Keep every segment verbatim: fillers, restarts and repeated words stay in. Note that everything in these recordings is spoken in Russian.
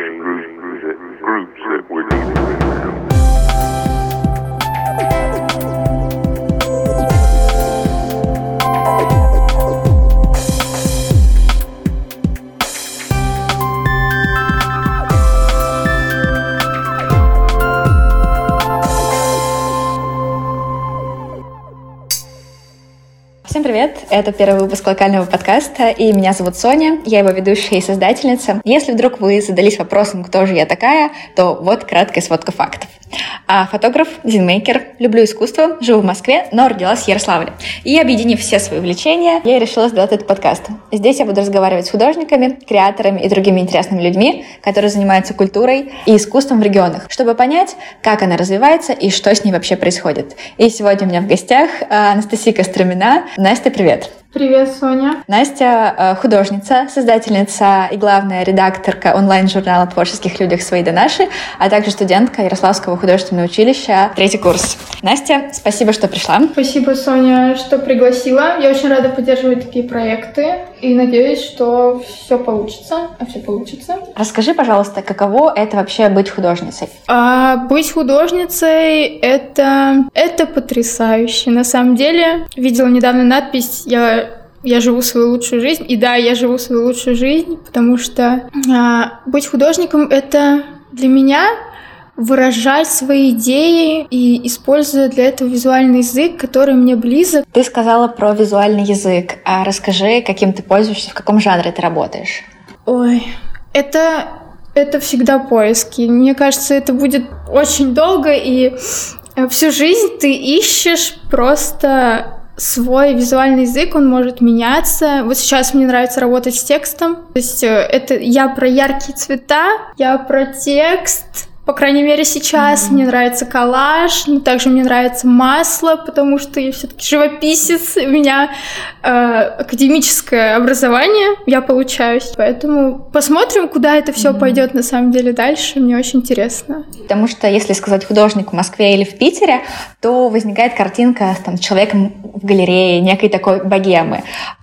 groups that, groups that we're dealing with now. Всем привет! Это первый выпуск локального подкаста, и меня зовут Соня, я его ведущая и создательница. Если вдруг вы задались вопросом, кто же я такая, то вот краткая сводка фактов. А фотограф, дизайнмейкер, люблю искусство, живу в Москве, но родилась в Ярославле. И объединив все свои увлечения, я решила сделать этот подкаст. Здесь я буду разговаривать с художниками, креаторами и другими интересными людьми, которые занимаются культурой и искусством в регионах, чтобы понять, как она развивается и что с ней вообще происходит. И сегодня у меня в гостях Анастасия Костромина. Настя, привет! Привет, Соня. Настя — художница, создательница и главная редакторка онлайн-журнала о творческих людях «Свои да наши», а также студентка Ярославского художественного училища, третий курс. Настя, спасибо, что пришла. Спасибо, Соня, что пригласила. Я очень рада поддерживать такие проекты и надеюсь, что все получится. А все получится. Расскажи, пожалуйста, каково это вообще быть художницей? А, быть художницей — это, это потрясающе. На самом деле, видела недавно надпись «Я Я живу свою лучшую жизнь». И да, я живу свою лучшую жизнь, потому что а, быть художником — это для меня выражать свои идеи и используя для этого визуальный язык, который мне близок. Ты сказала про визуальный язык. А расскажи, каким ты пользуешься, в каком жанре ты работаешь? Ой, это, это всегда поиски. Мне кажется, это будет очень долго, и всю жизнь ты ищешь просто свой визуальный язык, он может меняться. Вот сейчас мне нравится работать с текстом. То есть это я про яркие цвета, я про текст. По крайней мере, сейчас mm-hmm. мне нравится коллаж, но также мне нравится масло, потому что я все-таки живописец, у меня э, академическое образование, я получаюсь. Поэтому посмотрим, куда это все mm-hmm. пойдет на самом деле дальше. Мне очень интересно. Потому что если сказать художник в Москве или в Питере, то возникает картинка там, с человеком в галерее, некой такой богемы.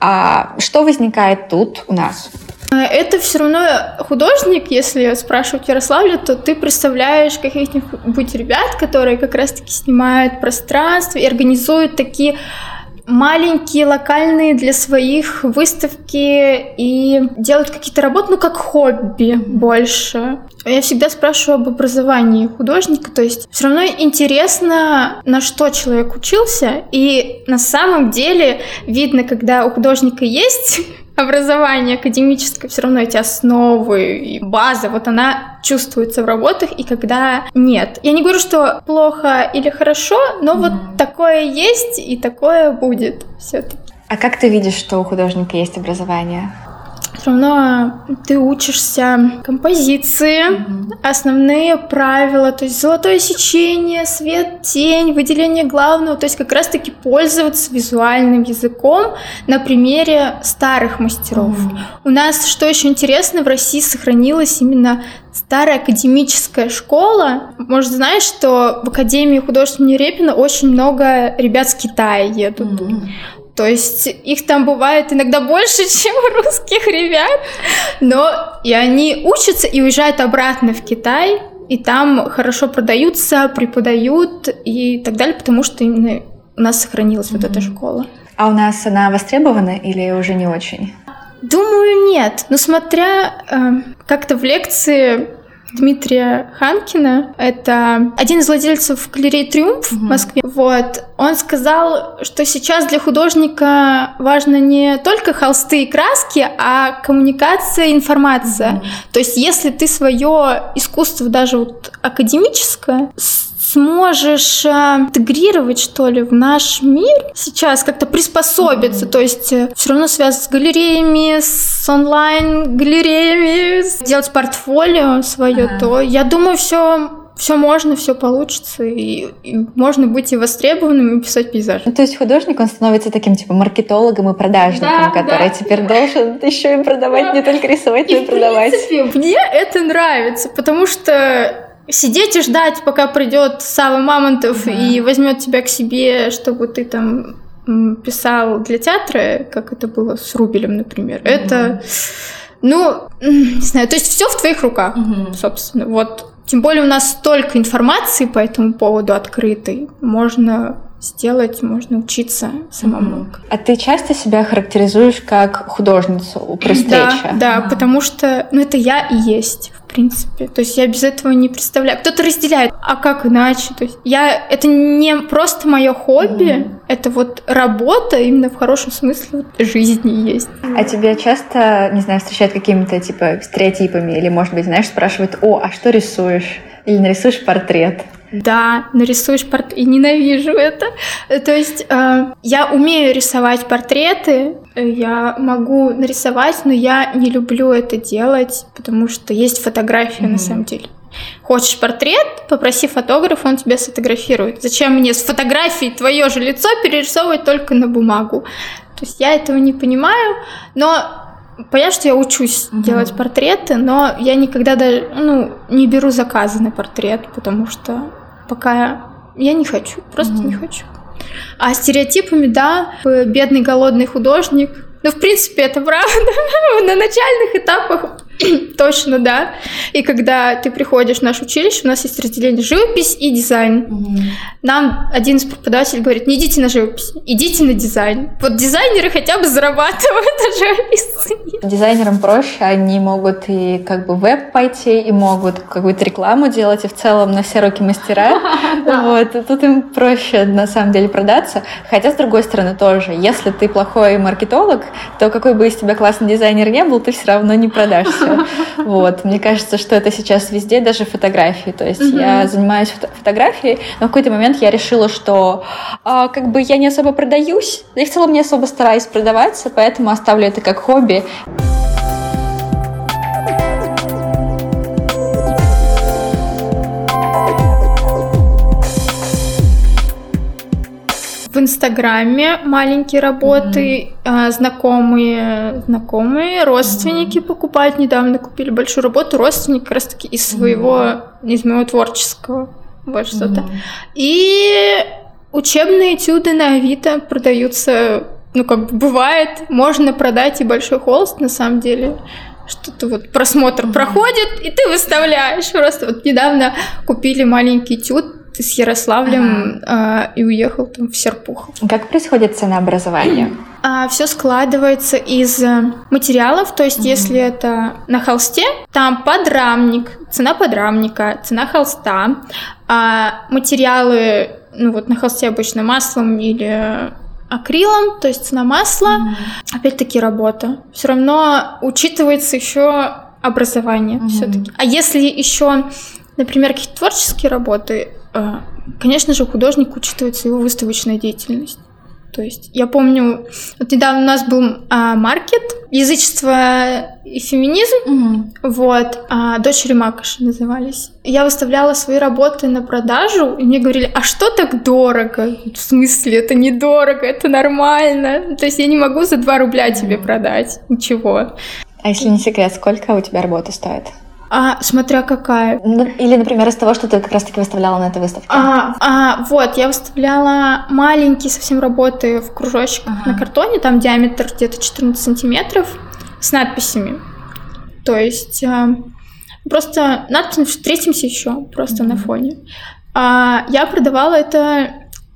А что возникает тут у нас? Это все равно художник, если спрашивать в Ярославле, то ты представляешь каких-нибудь ребят, которые как раз-таки снимают пространство и организуют такие маленькие, локальные для своих выставки и делают какие-то работы, ну, как хобби больше. Я всегда спрашиваю об образовании художника, то есть все равно интересно, на что человек учился, и на самом деле видно, когда у художника есть образование академическое, все равно эти основы и база, вот она чувствуется в работах, и когда нет. Я не говорю, что плохо или хорошо, но mm-hmm. вот такое есть, и такое будет все-таки. А как ты видишь, что у художника есть образование? Все равно ты учишься композиции, mm-hmm. основные правила, то есть золотое сечение, свет, тень, выделение главного, то есть как раз-таки пользоваться визуальным языком на примере старых мастеров. Mm-hmm. У нас, что еще интересно, в России сохранилась именно старая академическая школа. Может, знаешь, что в Академии художественного Репина очень много ребят с Китая едут. Mm-hmm. То есть их там бывает иногда больше, чем русских ребят, но и они учатся и уезжают обратно в Китай, и там хорошо продаются, преподают и так далее, потому что именно у нас сохранилась mm-hmm. вот эта школа. А у нас она востребована или уже не очень? Думаю, нет. Но смотря э, как-то в лекции Дмитрия Ханкина, это один из владельцев галереи «Триумф» mm-hmm. в Москве. Вот. Он сказал, что сейчас для художника важно не только холсты и краски, а коммуникация и информация. Mm-hmm. То есть если ты свое искусство, даже вот академическое, сможешь интегрировать, что ли, в наш мир, сейчас как-то приспособиться, mm-hmm. то есть все равно связываться с галереями, с онлайн-галереями, делать портфолио свое, uh-huh. то я думаю, все все можно, все получится, и, и можно быть и востребованным, и писать пейзаж. Ну, то есть художник, он становится таким, типа, маркетологом и продажником, да, который да, теперь да. должен еще и продавать, да. не только рисовать, но и продавать. В принципе, мне это нравится, потому что сидеть и ждать, пока придет Сава Мамонтов uh-huh. и возьмет тебя к себе, чтобы ты там писал для театра, как это было с Рубелем, например, uh-huh. это Ну, не знаю, то есть все в твоих руках, mm-hmm. собственно, вот. Тем более у нас столько информации по этому поводу открытой, можно сделать, можно учиться самому. Mm-hmm. А ты часто себя характеризуешь как художницу при встрече? Да, да, mm-hmm. потому что, ну, это я и есть, в принципе. То есть я без этого не представляю. Кто-то разделяет, а как иначе? То есть я, это не просто мое хобби, mm-hmm. это вот работа, именно в хорошем смысле вот, жизни есть. А тебя часто, не знаю, встречают какими-то типа стереотипами? Или, может быть, знаешь, спрашивают, о, а что рисуешь? Или нарисуешь портрет? Да, нарисуешь портрет. И ненавижу это. То есть э, я умею рисовать портреты, я могу нарисовать, но я не люблю это делать, потому что есть фотография mm-hmm. на самом деле. Хочешь портрет, попроси фотографа, он тебя сфотографирует. Зачем мне с фотографией твое же лицо перерисовывать только на бумагу? То есть я этого не понимаю, но понятно, что я учусь mm-hmm. делать портреты, но я никогда даже ну, не беру заказы на портрет, потому что пока я не хочу, просто mm-hmm. не хочу. А стереотипами, да, бедный голодный художник. Ну, в принципе, это правда. На начальных этапах точно, да. И когда ты приходишь в наше училище, у нас есть разделение живопись и дизайн. Mm-hmm. Нам один из преподавателей говорит, не идите на живопись, идите на дизайн. Вот дизайнеры хотя бы зарабатывают, а живописцы нет. Дизайнерам проще, они могут и как бы в веб пойти, и могут какую-то рекламу делать, и в целом на все руки мастера. Вот. И тут им проще на самом деле продаться. Хотя, с другой стороны, тоже, если ты плохой маркетолог, то какой бы из тебя классный дизайнер не был, ты все равно не продашься. Вот. Мне кажется, что это сейчас везде, даже фотографии. То есть mm-hmm. я занимаюсь фото- фотографией, но в какой-то момент я решила, что а, как бы я не особо продаюсь, да и в целом не особо стараюсь продаваться, поэтому оставлю это как хобби. В Инстаграме маленькие работы, mm-hmm. знакомые, знакомые, родственники mm-hmm. покупают. Недавно купили большую работу, родственник как раз-таки из своего, mm-hmm. из моего творческого, вот mm-hmm. что-то. И учебные этюды на Авито продаются, ну как бы бывает, можно продать и большой холст на самом деле. Что-то вот просмотр mm-hmm. проходит, и ты выставляешь. Просто вот недавно купили маленький этюд с Ярославлем ага. э, и уехал там в Серпухов. Как происходит ценообразование? А, все складывается из материалов, то есть mm-hmm. если это на холсте, там подрамник, цена подрамника, цена холста, а материалы, ну вот на холсте обычно маслом или акрилом, то есть цена масла, mm-hmm. опять-таки работа. Все равно учитывается еще образование mm-hmm. все-таки. А если еще, например, какие-то творческие работы, конечно же, художник учитывается его выставочная деятельность. То есть я помню, вот недавно у нас был а, маркет «Язычество и феминизм», угу. вот, а, «Дочери Макоши» назывались. Я выставляла свои работы на продажу, и мне говорили, а что так дорого? В смысле, это недорого, это нормально. То есть я не могу за два рубля тебе продать ничего. А если не секрет, сколько у тебя работа стоит? А, смотря какая. Или, например, из того, что ты как раз-таки выставляла на этой выставке. А, а, вот, я выставляла маленькие совсем работы в кружочках ага. на картоне, там диаметр где-то четырнадцать сантиметров, с надписями. То есть а, просто надпись «Встретимся еще» просто mm-hmm. на фоне. А, я продавала это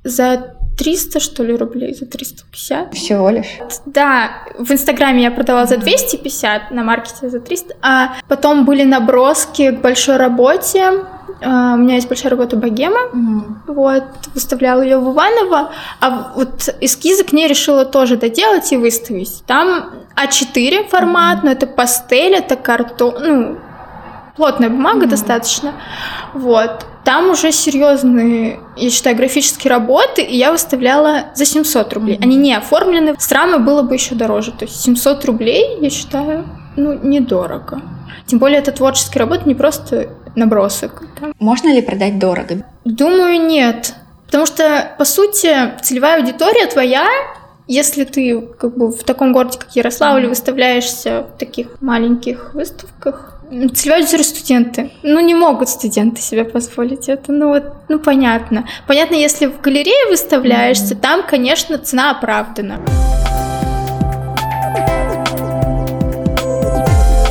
за триста, что ли, рублей, за триста пятьдесят. Всего лишь? Да, в Инстаграме я продавала за двести пятьдесят, на маркете за триста, а потом были наброски к большой работе. Uh, у меня есть большая работа «Богема», mm-hmm. вот, выставляла ее в Иваново, а вот эскизы к ней решила тоже доделать и выставить. Там а четыре формат, mm-hmm. но это пастель, это картон, ну, плотная бумага mm-hmm. достаточно, вот. Там уже серьезные, я считаю, графические работы, и я выставляла за семьсот рублей. Mm-hmm. Они не оформлены. С рамой было бы еще дороже. То есть семьсот рублей, я считаю, ну, недорого. Тем более это творческие работы, не просто набросок. Можно ли продать дорого? Думаю, нет. Потому что, по сути, целевая аудитория твоя, если ты как бы в таком городе, как Ярославль, mm-hmm. выставляешься в таких маленьких выставках, целевая аудитория студенты. Ну, не могут студенты себе позволить это. Ну, вот, ну, понятно. Понятно, если в галерее выставляешься, mm-hmm. там, конечно, цена оправдана.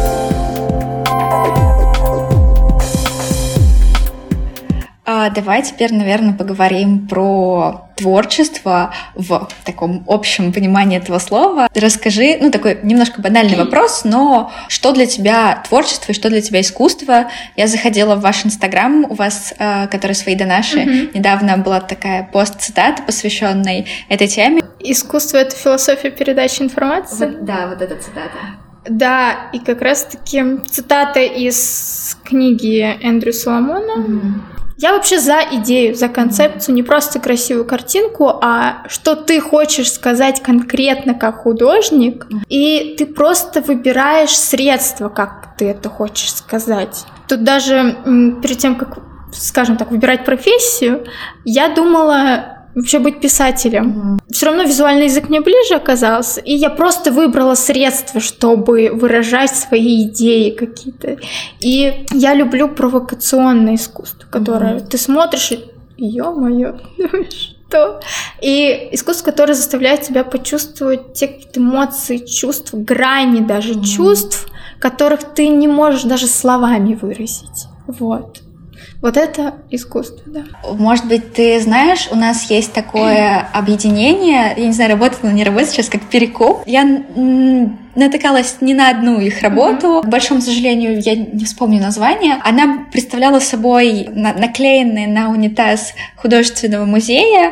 давай теперь, наверное, поговорим про творчество в таком общем понимании этого слова. Расскажи, ну, такой немножко банальный вопрос, но что для тебя творчество и что для тебя искусство? Я заходила в ваш Инстаграм, у вас, э, который «Свои да наши», mm-hmm. недавно была такая пост-цитата, посвященная этой теме. Искусство — это философия передачи информации? Вот, да, вот эта цитата. Да, и как раз-таки цитата из книги Эндрю Соломона. Mm-hmm. Я вообще за идею, за концепцию, не просто красивую картинку, а что ты хочешь сказать конкретно как художник, и ты просто выбираешь средства, как ты это хочешь сказать. Тут даже перед тем, как, скажем так, выбирать профессию, я думала вообще быть писателем. Mm-hmm. Все равно визуальный язык мне ближе оказался, и я просто выбрала средства, чтобы выражать свои идеи какие-то. И я люблю провокационное искусство, которое mm-hmm. ты смотришь и ё-моё, что? И искусство, которое заставляет тебя почувствовать те какие-то эмоции, чувства, грани даже mm-hmm. чувств, которых ты не можешь даже словами выразить. Вот. Вот это искусство, да. Может быть, ты знаешь, у нас есть такое объединение, я не знаю, работает оно, не работает сейчас, как Перекоп. Я м- натыкалась не на одну их работу. Mm-hmm. К большому сожалению, я не вспомню название. Она представляла собой на- наклеенные на унитаз художественного музея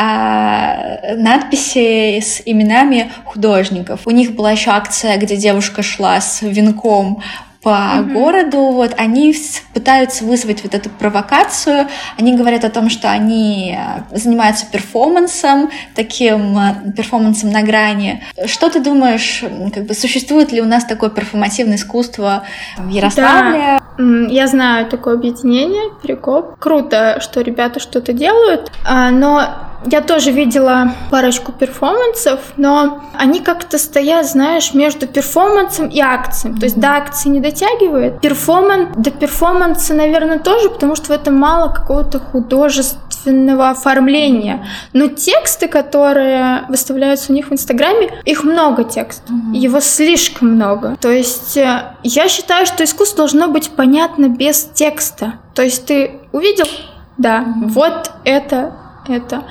а, надписи с именами художников. У них была еще акция, где девушка шла с венком по mm-hmm. городу, вот, они пытаются вызвать вот эту провокацию, они говорят о том, что они занимаются перформансом, таким перформансом на грани. Что ты думаешь, как бы, существует ли у нас такое перформативное искусство в Ярославле? Да. Я знаю такое объединение, Перекоп. Круто, что ребята что-то делают, но я тоже видела парочку перформансов, но они как-то стоят, знаешь, между перформансом и акцией. То есть до акции не дотягивает. Перформанс, до перформанса, наверное, тоже, потому что в этом мало какого-то художественного оформления. Но тексты, которые выставляются у них в Инстаграме, их много текстов. Mm-hmm. Его слишком много. То есть я считаю, что искусство должно быть понятно без текста. То есть ты увидел? Да, mm-hmm. вот это... это.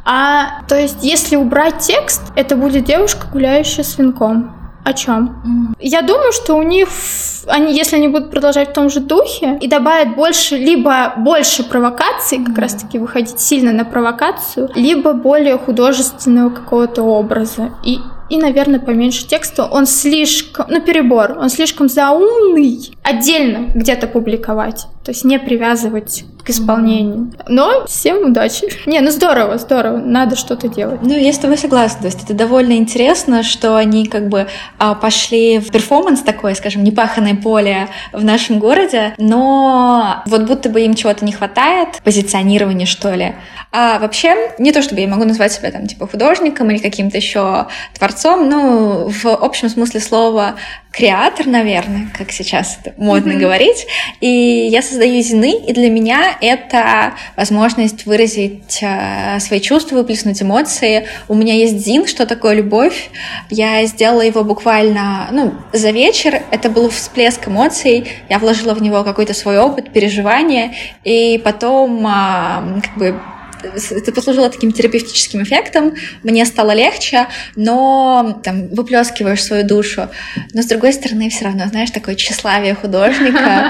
А, то есть, если убрать текст, это будет девушка, гуляющая с венком. О чем? Mm. Я думаю, что у них, они, если они будут продолжать в том же духе и добавят больше, либо больше провокаций, как mm. раз-таки выходить сильно на провокацию, либо более художественного какого-то образа. И И, наверное, поменьше текста. Он слишком, ну, перебор, он слишком заумный. Отдельно где-то публиковать. То есть не привязывать к исполнению. Но всем удачи. Не, ну здорово, здорово. Надо что-то делать. Ну, я с тобой согласна. То есть это довольно интересно, что они как бы пошли в перформанс такой, скажем, непаханное поле в нашем городе, но вот будто бы им чего-то не хватает, позиционирования, что ли. А вообще, не то чтобы я могу назвать себя там типа художником или каким-то еще творцом, но в общем смысле слова креатор, наверное, как сейчас это модно mm-hmm. говорить. И я создаю зины, и для меня это возможность выразить э, свои чувства, выплеснуть эмоции. У меня есть зин «Что такое любовь?». Я сделала его буквально ну, за вечер. Это был всплеск эмоций. Я вложила в него какой-то свой опыт, переживания. И потом э, как бы это послужило таким терапевтическим эффектом, мне стало легче, но там выплескиваешь свою душу. Но с другой стороны, все равно, знаешь, такое тщеславие художника,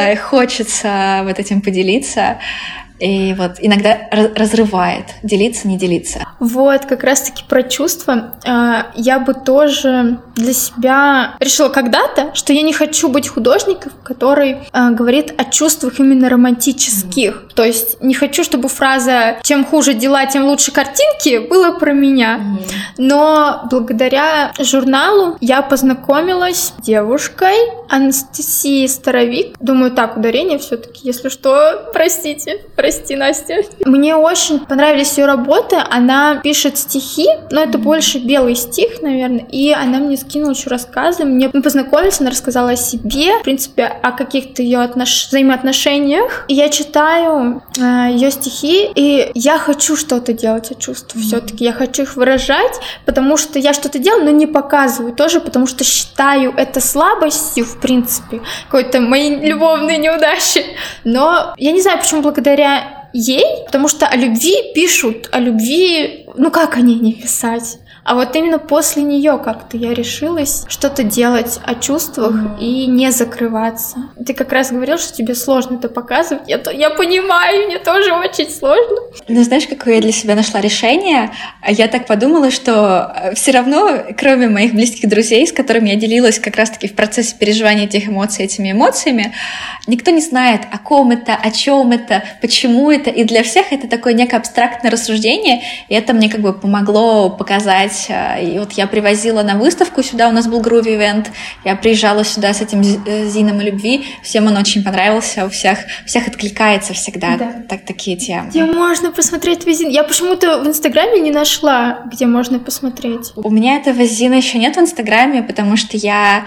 хочется вот этим поделиться. И вот иногда разрывает, делиться, не делиться. Вот, как раз-таки про чувства. Я бы тоже для себя решила когда-то, что я не хочу быть художником, который говорит о чувствах именно романтических. Mm-hmm. То есть не хочу, чтобы фраза «чем хуже дела, тем лучше картинки» была про меня. Mm-hmm. Но благодаря журналу я познакомилась с девушкой Анастасией Старовик. Думаю, так, ударение все-таки, если что, простите, простите. Прости, Настя. Мне очень понравились ее работы. Она пишет стихи, но это mm-hmm. больше белый стих, наверное. И она мне скинула еще рассказы. Мне мы познакомились, она рассказала о себе, в принципе, о каких-то ее отнош... взаимоотношениях. И я читаю э, ее стихи, и я хочу что-то делать от чувств. Mm-hmm. Все-таки я хочу их выражать, потому что я что-то делаю, но не показываю тоже, потому что считаю это слабостью, в принципе, какой-то моей любовной неудачи. Но я не знаю, почему благодаря ей, потому что о любви пишут, о любви, ну как о ней не писать? А вот именно после нее как-то я решилась что-то делать о чувствах mm-hmm. и не закрываться. Ты как раз говорил, что тебе сложно это показывать. Я, то, я понимаю, мне тоже очень сложно. Ну, знаешь, какое я для себя нашла решение? Я так подумала, что все равно, кроме моих близких друзей, с которыми я делилась как раз-таки в процессе переживания этих эмоций, этими эмоциями, никто не знает, о ком это, о чем это, почему это. И для всех это такое некое абстрактное рассуждение. И это мне как бы помогло показать. И вот я привозила на выставку сюда, у нас был груви-ивент, я приезжала сюда с этим зином о любви, всем он очень понравился, у всех, всех откликается всегда да. так, такие темы. Где можно посмотреть твой зин? Я почему-то в Инстаграме не нашла, где можно посмотреть. У меня этого зина еще нет в Инстаграме, потому что я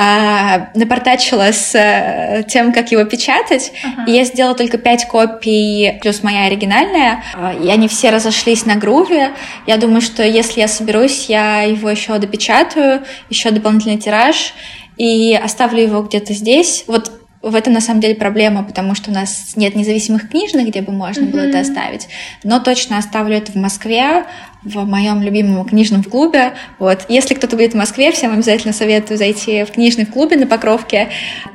а, напортачила с а, тем, как его печатать, ага. и я сделала только пять копий, плюс моя оригинальная, и они все разошлись на груве. Я думаю, что если я соберу я его еще допечатаю, еще дополнительный тираж и оставлю его где-то здесь. Вот в этом на самом деле проблема, потому что у нас нет независимых книжных, где бы можно mm-hmm. было это оставить. Но точно оставлю это в Москве, в моем любимом книжном клубе. Вот. Если кто-то будет в Москве, всем обязательно советую зайти в книжный клуб на Покровке.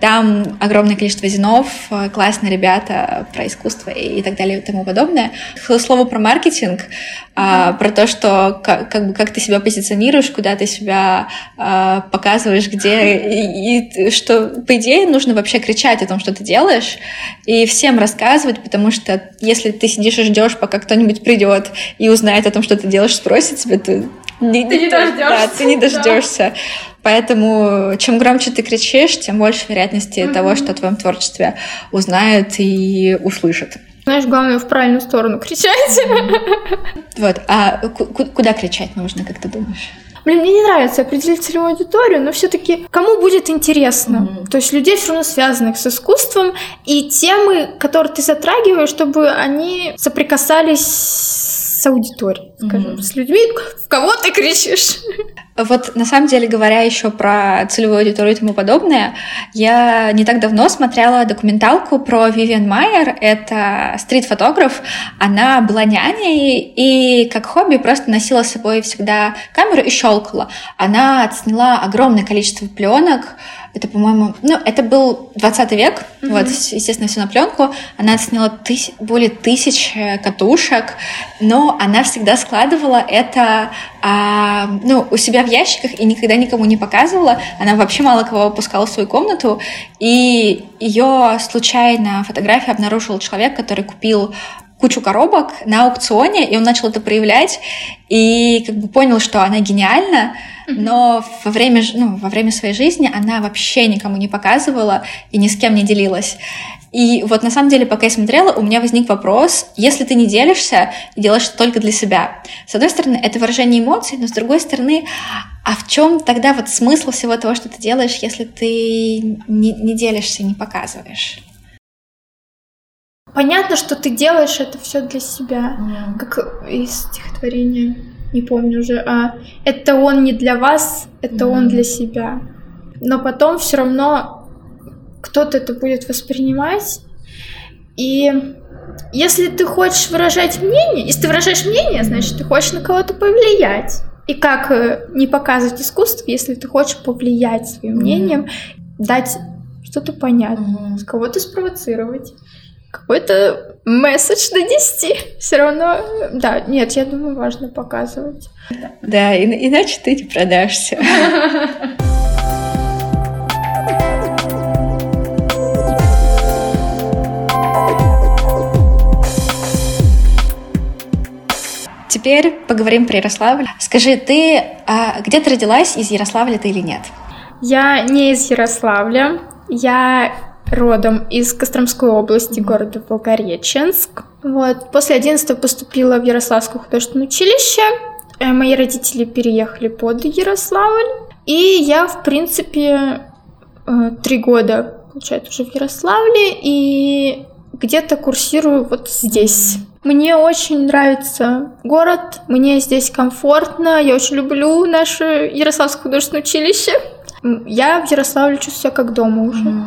Там огромное количество зинов, классные ребята про искусство и так далее и тому подобное. К слову про маркетинг, mm-hmm. а, про то, что как, как, бы, как ты себя позиционируешь, куда ты себя а, показываешь, где, и, и что, по идее, нужно вообще кричать о том, что ты делаешь, и всем рассказывать, потому что если ты сидишь и ждешь, пока кто-нибудь придет и узнает о том, что ты делаешь, делаешь, спросит тебя, ты не, ты не дождешься. Да, ты не дождешься. Да. Поэтому чем громче ты кричишь, тем больше вероятности mm-hmm. того, что о твоем творчестве узнают и услышат. Знаешь, главное в правильную сторону кричать. Вот. А куда кричать нужно, как ты думаешь? Блин, мне не нравится определить целевую аудиторию, но все-таки кому будет интересно? Mm-hmm. То есть людей все равно связанных с искусством, и темы, которые ты затрагиваешь, чтобы они соприкасались с аудиторией, скажем, mm-hmm. с людьми, в кого ты кричишь. Вот на самом деле, говоря еще про целевую аудиторию и тому подобное, я не так давно смотрела документалку про Вивиан Майер, это стрит-фотограф, она была няней и как хобби просто носила с собой всегда камеру и щелкала. Она отсняла огромное количество пленок. Это, по-моему, ну, это был двадцатый век, mm-hmm. вот, естественно, все на пленку. Она отсняла тысяч, более тысячи катушек, но она всегда складывала это, а, ну, у себя в ящиках и никогда никому не показывала. Она вообще мало кого выпускала в свою комнату, и ее случайно фотографию обнаружил человек, который купил кучу коробок на аукционе, и он начал это проявлять, и как бы понял, что она гениальна, но во время, ну, во время своей жизни она вообще никому не показывала и ни с кем не делилась. И вот на самом деле, пока я смотрела, у меня возник вопрос, если ты не делишься и делаешь это только для себя. С одной стороны, это выражение эмоций, но с другой стороны, а в чем тогда вот смысл всего того, что ты делаешь, если ты не, не делишься и не показываешь? Понятно, что ты делаешь это все для себя, mm. как из стихотворения, не помню уже, а это он не для вас, это mm. он для себя. Но потом все равно кто-то это будет воспринимать, и если ты хочешь выражать мнение, если ты выражаешь мнение, значит, ты хочешь на кого-то повлиять. И как не показывать искусство, если ты хочешь повлиять своим мнением, mm. дать что-то понять, mm. кого-то спровоцировать. Какой-то месседж донести. Все равно, да, нет, я думаю, важно показывать. Да, и, иначе ты не продашься. Теперь поговорим про Ярославль. Скажи, ты а, где ты родилась, из Ярославля ты или нет? Я не из Ярославля. Я родом из Костромской области, mm-hmm. города Волгореченск. Вот. После одиннадцатого поступила в Ярославское художественное училище. Мои родители переехали под Ярославль. И я, в принципе, три года, получается, уже в Ярославле. И где-то курсирую вот здесь. Мне очень нравится город, мне здесь комфортно. Я очень люблю наше Ярославское художественное училище. Я в Ярославле чувствую себя как дома уже. Mm-hmm.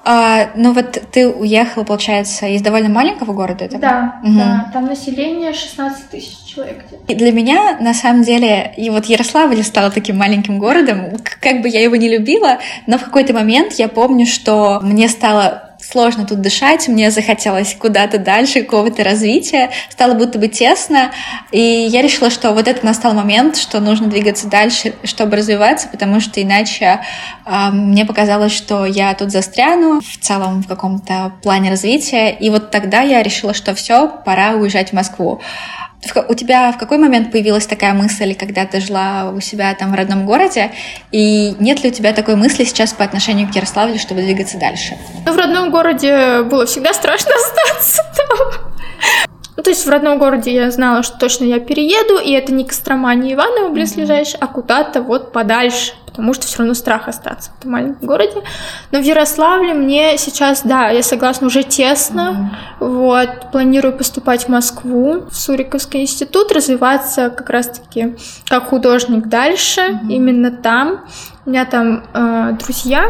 А, ну вот ты уехала, получается, из довольно маленького города, так? Да, угу. да, там население шестнадцать тысяч человек. И для меня, на самом деле, и вот Ярославль стала таким маленьким городом, как бы я его не любила, но в какой-то момент я помню, что мне стало сложно тут дышать, мне захотелось куда-то дальше, какого-то развития, стало будто бы тесно, и я решила, что вот это настал момент, что нужно двигаться дальше, чтобы развиваться, потому что иначе э, мне показалось, что я тут застряну в целом в каком-то плане развития, и вот тогда я решила, что все, пора уезжать в Москву. У тебя в какой момент появилась такая мысль, когда ты жила у себя там в родном городе, и нет ли у тебя такой мысли сейчас по отношению к Ярославлю, чтобы двигаться дальше? Ну, в родном городе было всегда страшно остаться там. Ну, то есть в родном городе я знала, что точно я перееду, и это не Кострома, не Иваново близлежащее, mm-hmm. а куда-то вот подальше, потому что все равно страх остаться в этом маленьком городе. Но в Ярославле мне сейчас, да, я согласна, уже тесно. Mm-hmm. Вот, планирую поступать в Москву, в Суриковский институт, развиваться как раз-таки как художник дальше, mm-hmm. именно там. У меня там э, друзья.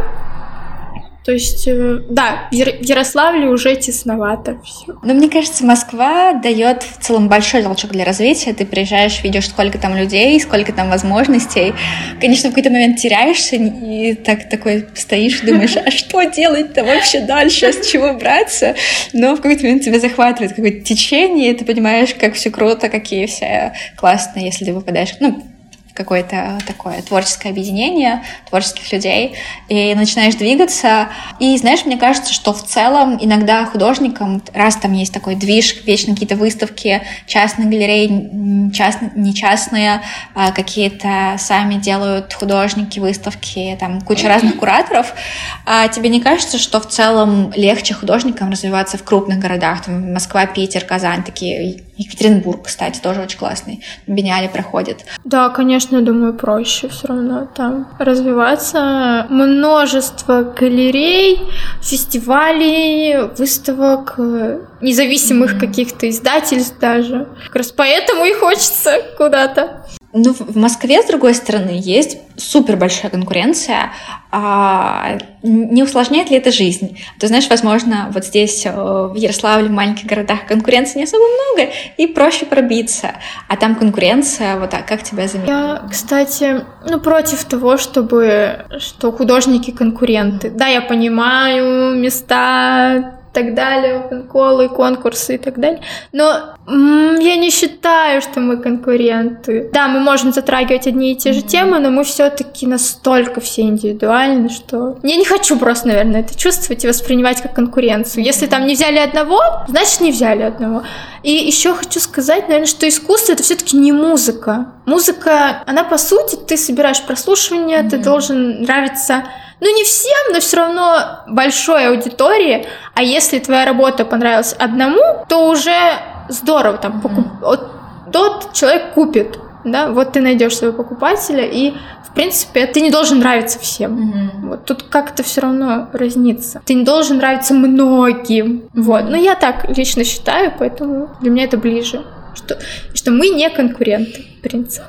То есть, да, в Ярославле уже тесновато все. Но мне кажется, Москва дает в целом большой толчок для развития. Ты приезжаешь, видишь, сколько там людей, сколько там возможностей. Конечно, в какой-то момент теряешься и так такой стоишь, думаешь, а что делать-то вообще дальше, с чего браться? Но в какой-то момент тебя захватывает какое-то течение, и ты понимаешь, как все круто, какие все классные, если ты попадаешь, ну, какое-то такое творческое объединение творческих людей, и начинаешь двигаться. И, знаешь, мне кажется, что в целом иногда художникам, раз там есть такой движ, вечно какие-то выставки, частные галереи, частные, не частные, а какие-то сами делают художники выставки, там куча разных кураторов, а тебе не кажется, что в целом легче художникам развиваться в крупных городах, там Москва, Питер, Казань, такие, Екатеринбург, кстати, тоже очень классный, на Биеннале проходит? Да, конечно, я думаю, проще все равно там развиваться. Множество галерей, фестивалей, выставок, независимых mm-hmm. каких-то издательств даже. Как раз поэтому и хочется куда-то. Ну, в Москве, с другой стороны, есть супер большая конкуренция. А не усложняет ли это жизнь? Ты знаешь, возможно, вот здесь, в Ярославле, в маленьких городах, конкуренции не особо много, и проще пробиться. А там конкуренция, вот так, как тебя заметила? Я, кстати, ну, против того, чтобы, что художники конкуренты. Да, я понимаю места, и так далее, опенколы, конкурсы и так далее. Но м- я не считаю, что мы конкуренты. Да, мы можем затрагивать одни и те же mm-hmm. темы, но мы все-таки настолько все индивидуальны, что я не хочу просто, наверное, это чувствовать и воспринимать как конкуренцию. Mm-hmm. Если там не взяли одного, значит не взяли одного. И еще хочу сказать, наверное, что искусство — это все-таки не музыка. Музыка, она по сути, ты собираешь прослушивание, mm-hmm. ты должен нравиться. Ну, не всем, но все равно большой аудитории. А если твоя работа понравилась одному, то уже здорово. Там, покуп... mm-hmm. Тот человек купит, да, вот ты найдешь своего покупателя, и, в принципе, ты не должен нравиться всем. Mm-hmm. Вот тут как-то все равно разнится. Ты не должен нравиться многим. Mm-hmm. Вот. Но я так лично считаю, поэтому для меня это ближе. Что, что мы не конкуренты, в принципе.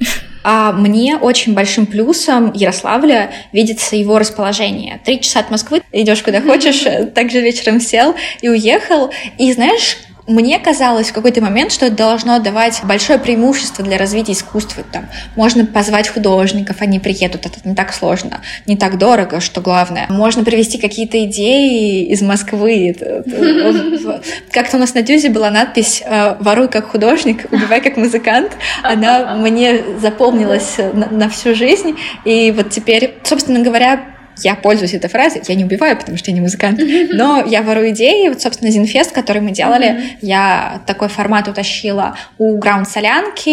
А мне очень большим плюсом Ярославля видится его расположение. Три часа от Москвы, идешь куда хочешь, также вечером сел и уехал. И знаешь, мне казалось в какой-то момент, что это должно давать большое преимущество для развития искусства. Там можно позвать художников, они приедут, это не так сложно, не так дорого, что главное. Можно привезти какие-то идеи из Москвы. Как-то у нас на дюзе была надпись «Воруй как художник, убивай как музыкант». Она мне запомнилась на всю жизнь. И вот теперь, собственно говоря, я пользуюсь этой фразой, я не убиваю, потому что я не музыкант, но я ворую идеи. Вот, собственно, Зинфест, который мы делали, mm-hmm. я такой формат утащила у Граунд Солянки,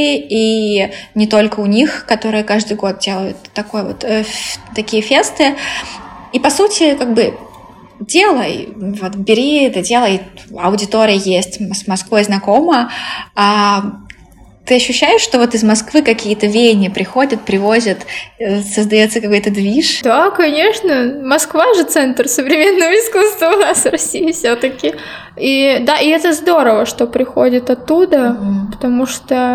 и не только у них, которые каждый год делают такой вот, э, такие фесты. И, по сути, как бы делай, вот, бери это, делай, аудитория есть, с Москвой знакома. А ты ощущаешь, что вот из Москвы какие-то веяния приходят, привозят, создается какой-то движ? Да, конечно. Москва же центр современного искусства у нас в России все-таки. И да, и это здорово, что приходит оттуда, mm-hmm. потому что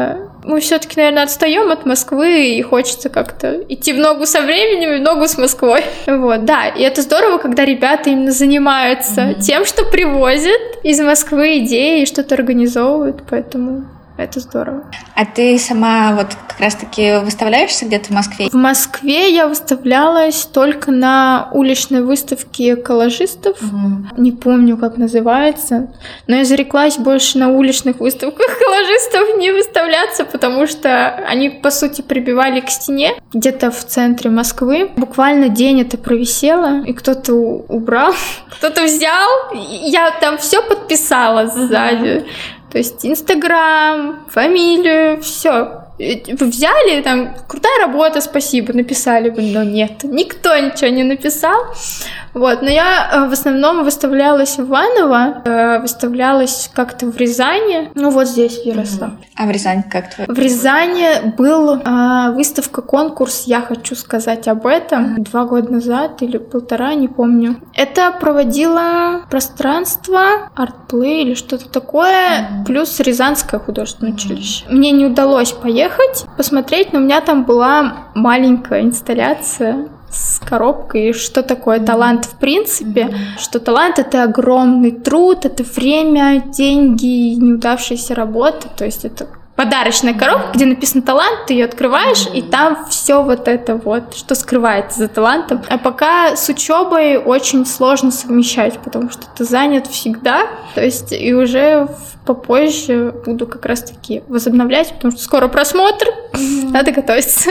Мы все-таки, наверное, отстаем от Москвы, и хочется как-то идти в ногу со временем и в ногу с Москвой. Вот, да, и это здорово, когда ребята именно занимаются mm-hmm. тем, что привозят из Москвы идеи и что-то организовывают, поэтому... Это здорово. А ты сама вот как раз-таки выставляешься где-то в Москве? В Москве я выставлялась только на уличной выставке коллажистов. Угу. Не помню, как называется. Но я зареклась больше на уличных выставках коллажистов не выставляться, потому что они, по сути, прибивали к стене где-то в центре Москвы. Буквально день это провисело, и кто-то убрал, кто-то взял. Я там все подписала сзади. То есть Инстаграм, фамилию, все. Взяли, там, крутая работа, спасибо, написали бы, но нет, никто ничего не написал. Вот, но я в основном выставлялась в Иваново, выставлялась как-то в Рязани, ну вот здесь, в Ярославле. А в Рязани как твой? В Рязани был э, выставка-конкурс «Я хочу сказать об этом» два года назад или полтора, не помню. Это проводило пространство, артплей или что-то такое, mm-hmm. плюс Рязанское художественное училище. Мне не удалось поехать, посмотреть, но у меня там была маленькая инсталляция с коробкой, что такое талант в принципе, mm-hmm. что талант — это огромный труд, это время, деньги, неудавшаяся работа, то есть это подарочная коробка, где написано талант, ты ее открываешь, mm-hmm. и там все вот это вот, что скрывается за талантом. А пока с учебой очень сложно совмещать, потому что ты занят всегда, то есть и уже попозже буду как раз-таки возобновлять, потому что скоро просмотр, mm-hmm. надо готовиться.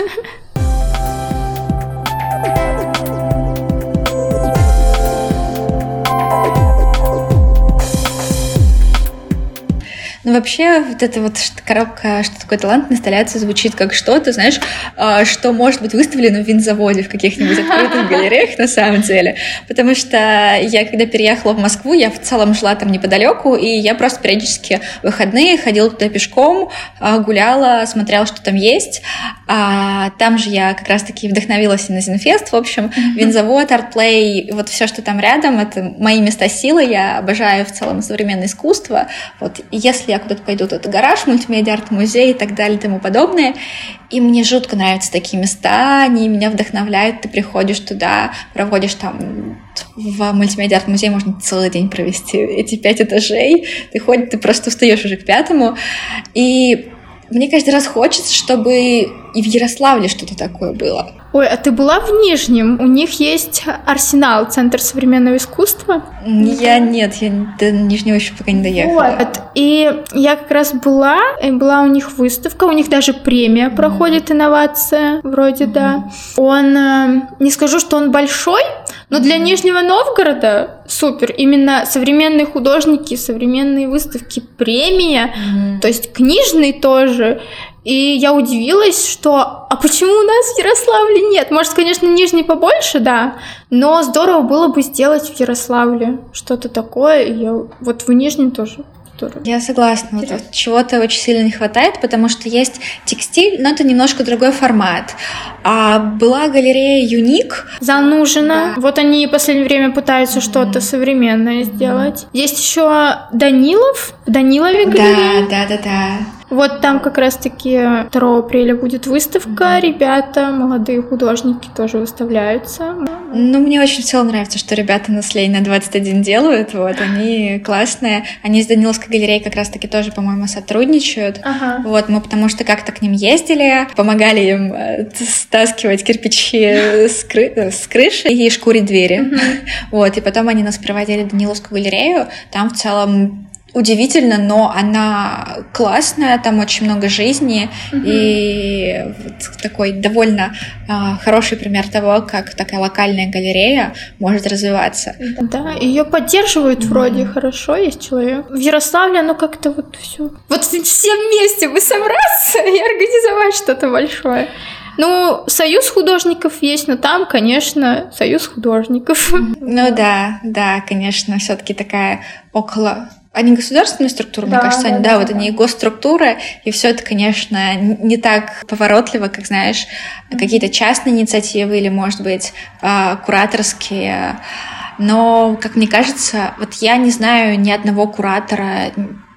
Ну, вообще, вот эта вот коробка «Что такое талант» на инсталляции звучит как что-то, знаешь, что может быть выставлено в винзаводе, в каких-нибудь открытых галереях на самом деле. Потому что я, когда переехала в Москву, я в целом жила там неподалеку, и я просто периодически в выходные ходила туда пешком, гуляла, смотрела, что там есть. А там же я как раз-таки вдохновилась и на Зинфест, в общем, mm-hmm. винзавод, артплей, вот все, что там рядом, это мои места силы, я обожаю в целом современное искусство. Вот, и если я куда-то пойду, то это гараж, мультимедиа, арт-музей и так далее и тому подобное. И мне жутко нравятся такие места, они меня вдохновляют, ты приходишь туда, проводишь там в мультимедиа арт-музее, можно целый день провести эти пять этажей, ты ходишь, ты просто устаешь уже к пятому, и мне каждый раз хочется, чтобы и в Ярославле что-то такое было. Ой, а ты была в Нижнем? У них есть Арсенал, Центр современного искусства. Я нет, я до Нижнего еще пока не доехала. Вот, и я как раз была, и была у них выставка, у них даже премия mm-hmm. проходит, инновация, вроде, mm-hmm. да. Он, не скажу, что он большой, но для Нижнего Новгорода супер. Именно современные художники, современные выставки, премия, mm-hmm. то есть книжный тоже. И я удивилась, что а почему у нас в Ярославле нет? Может, конечно, Нижний побольше, да, но здорово было бы сделать в Ярославле что-то такое. И я вот в Нижнем тоже. Здорово. Я согласна. Вот, вот чего-то очень сильно не хватает, потому что есть текстиль, но это немножко другой формат. А была галерея Юник. Занужена. Да. Вот они в последнее время пытаются mm-hmm. что-то современное сделать. Mm-hmm. Есть еще Данилов. В Данилове галерея. Да, да, да, да. Вот там как раз-таки второго апреля будет выставка, ребята, молодые художники тоже выставляются. Ну, мне очень в целом нравится, что ребята на Ленина двадцать один делают, вот, они классные. Они с Даниловской галереей как раз-таки тоже, по-моему, сотрудничают. Ага. Вот, мы потому что как-то к ним ездили, помогали им стаскивать кирпичи с, кры- с крыши и шкурить двери. Mm-hmm. Вот, и потом они нас проводили в Даниловскую галерею, там в целом удивительно, но она классная, там очень много жизни, mm-hmm. и вот такой довольно э, хороший пример того, как такая локальная галерея может развиваться. Да, ее поддерживают mm-hmm. вроде хорошо, есть человек. В Ярославле оно как-то вот все. Вот все вместе бы собраться и организовать что-то большое. Ну, союз художников есть, но там, конечно, союз художников. Ну да, да, конечно, все-таки такая около... Они государственные структуры, да, мне кажется, они, да, да, вот да. они госструктуры, и все это, конечно, не так поворотливо, как, знаешь, mm-hmm. какие-то частные инициативы или, может быть, кураторские. Но, как мне кажется, вот я не знаю ни одного куратора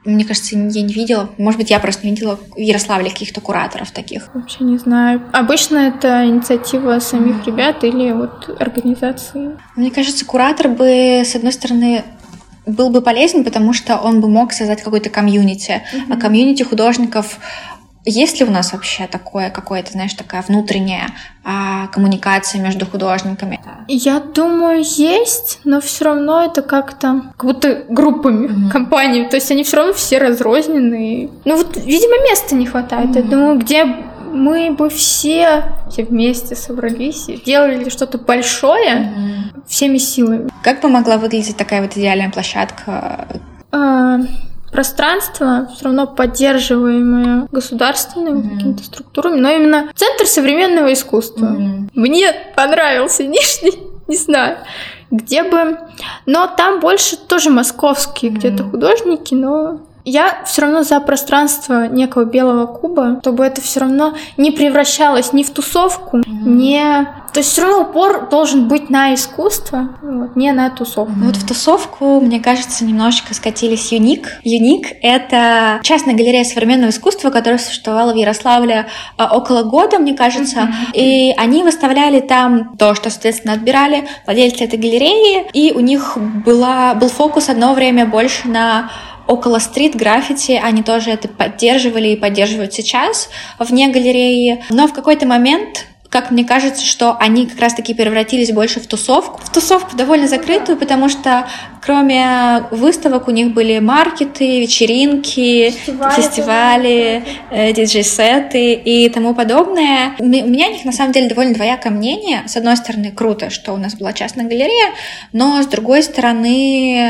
Мне кажется, я не видела. Может быть, я просто не видела в Ярославле каких-то кураторов таких. Вообще не знаю. Обычно это инициатива самих mm-hmm. ребят или вот организации. Мне кажется, куратор бы, с одной стороны, был бы полезен, потому что он бы мог создать какой-то комьюнити. Mm-hmm. А комьюнити художников... Есть ли у нас вообще такое, какое-то, знаешь, такая внутренняя а, коммуникация между художниками? Я думаю, есть, но все равно это как-то как будто группами, mm-hmm. компаниями. То есть они все равно все разрозненные. Ну вот, видимо, места не хватает. Mm-hmm. Я думаю, где мы бы все, все вместе собрались и делали что-то большое mm-hmm. всеми силами. Как бы могла выглядеть такая вот идеальная площадка? А... Пространство все равно поддерживаемое государственными mm-hmm. какими-то структурами, но именно центр современного искусства. Mm-hmm. Мне понравился Нижний, не знаю, где бы... Но там больше тоже московские mm-hmm. где-то художники, но... Я все равно за пространство некого белого куба, чтобы это все равно не превращалось ни в тусовку, mm-hmm. не... То есть все равно упор должен быть на искусство, вот, не на тусовку. Mm-hmm. Вот в тусовку, мне кажется, немножечко скатились Юник. Юник — это частная галерея современного искусства, которая существовала в Ярославле а, около года, мне кажется. Mm-hmm. И они выставляли там то, что, соответственно, отбирали владельцы этой галереи. И у них была, был фокус одно время больше на... около стрит-граффити, они тоже это поддерживали и поддерживают сейчас вне галереи. Но в какой-то момент, как мне кажется, что они как раз-таки превратились больше в тусовку. В тусовку довольно закрытую, потому что кроме выставок у них были маркеты, вечеринки, фестивали, фестивали э, диджей-сеты и тому подобное. У меня о них на самом деле довольно двоякое мнение. С одной стороны, круто, что у нас была частная галерея, но с другой стороны,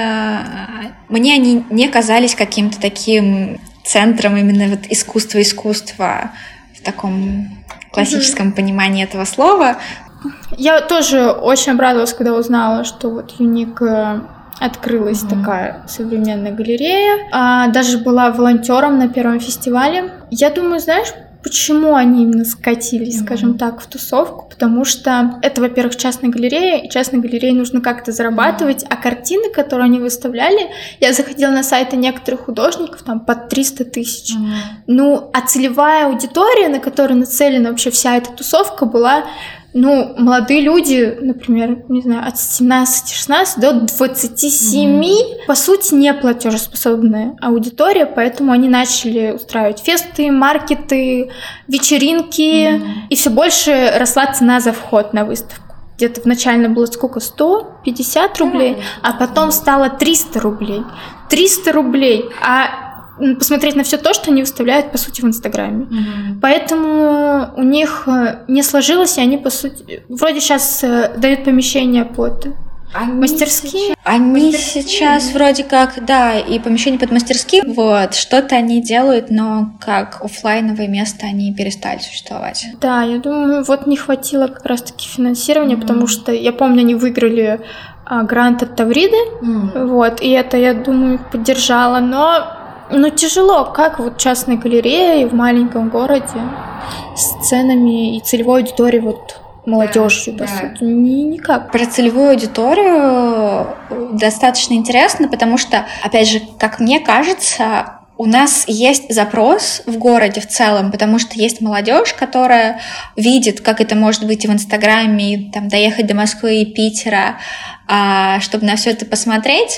мне они не казались каким-то таким центром именно вот искусства-искусства в таком классическом mm-hmm. понимании этого слова. Я тоже очень обрадовалась, когда узнала, что вот Юник открылась mm-hmm. такая современная галерея. А, даже была волонтером на первом фестивале. Я думаю, знаешь, почему они именно скатились, mm-hmm. скажем так, в тусовку? Потому что это, во-первых, частная галерея, и частной галерее нужно как-то зарабатывать, mm-hmm. а картины, которые они выставляли, я заходила на сайты некоторых художников, там, под триста тысяч. Mm-hmm. Ну, а целевая аудитория, на которую нацелена вообще вся эта тусовка, была... Ну, молодые люди, например, не знаю, от семнадцати-шестнадцати до двадцати семи, mm-hmm. по сути, не платежеспособная аудитория, поэтому они начали устраивать фесты, маркеты, вечеринки, mm-hmm. и все больше росла цена за вход на выставку. Где-то вначале было сколько? сто пятьдесят рублей, mm-hmm. а потом стало триста рублей. триста рублей, а посмотреть на все то, что они выставляют, по сути, в Инстаграме. Mm-hmm. Поэтому у них не сложилось, и они, по сути, вроде сейчас дают помещение под они мастерские. Сейчас, они мастерские. Сейчас вроде как, да, и помещение под мастерские, вот, что-то они делают, но как офлайновое место они перестали существовать. Да, я думаю, вот не хватило как раз-таки финансирования, mm-hmm. потому что, я помню, они выиграли а, грант от Тавриды, mm-hmm. вот, и это, я думаю, их поддержало, но Ну, тяжело, как вот частной галереи в маленьком городе с ценами и целевой аудиторией вот молодежью, да, по да. сути, Ни, никак. Про целевую аудиторию достаточно интересно, потому что, опять же, как мне кажется, у нас есть запрос в городе в целом, потому что есть молодежь, которая видит, как это может быть и в Инстаграме, и там доехать до Москвы и Питера, чтобы на все это посмотреть,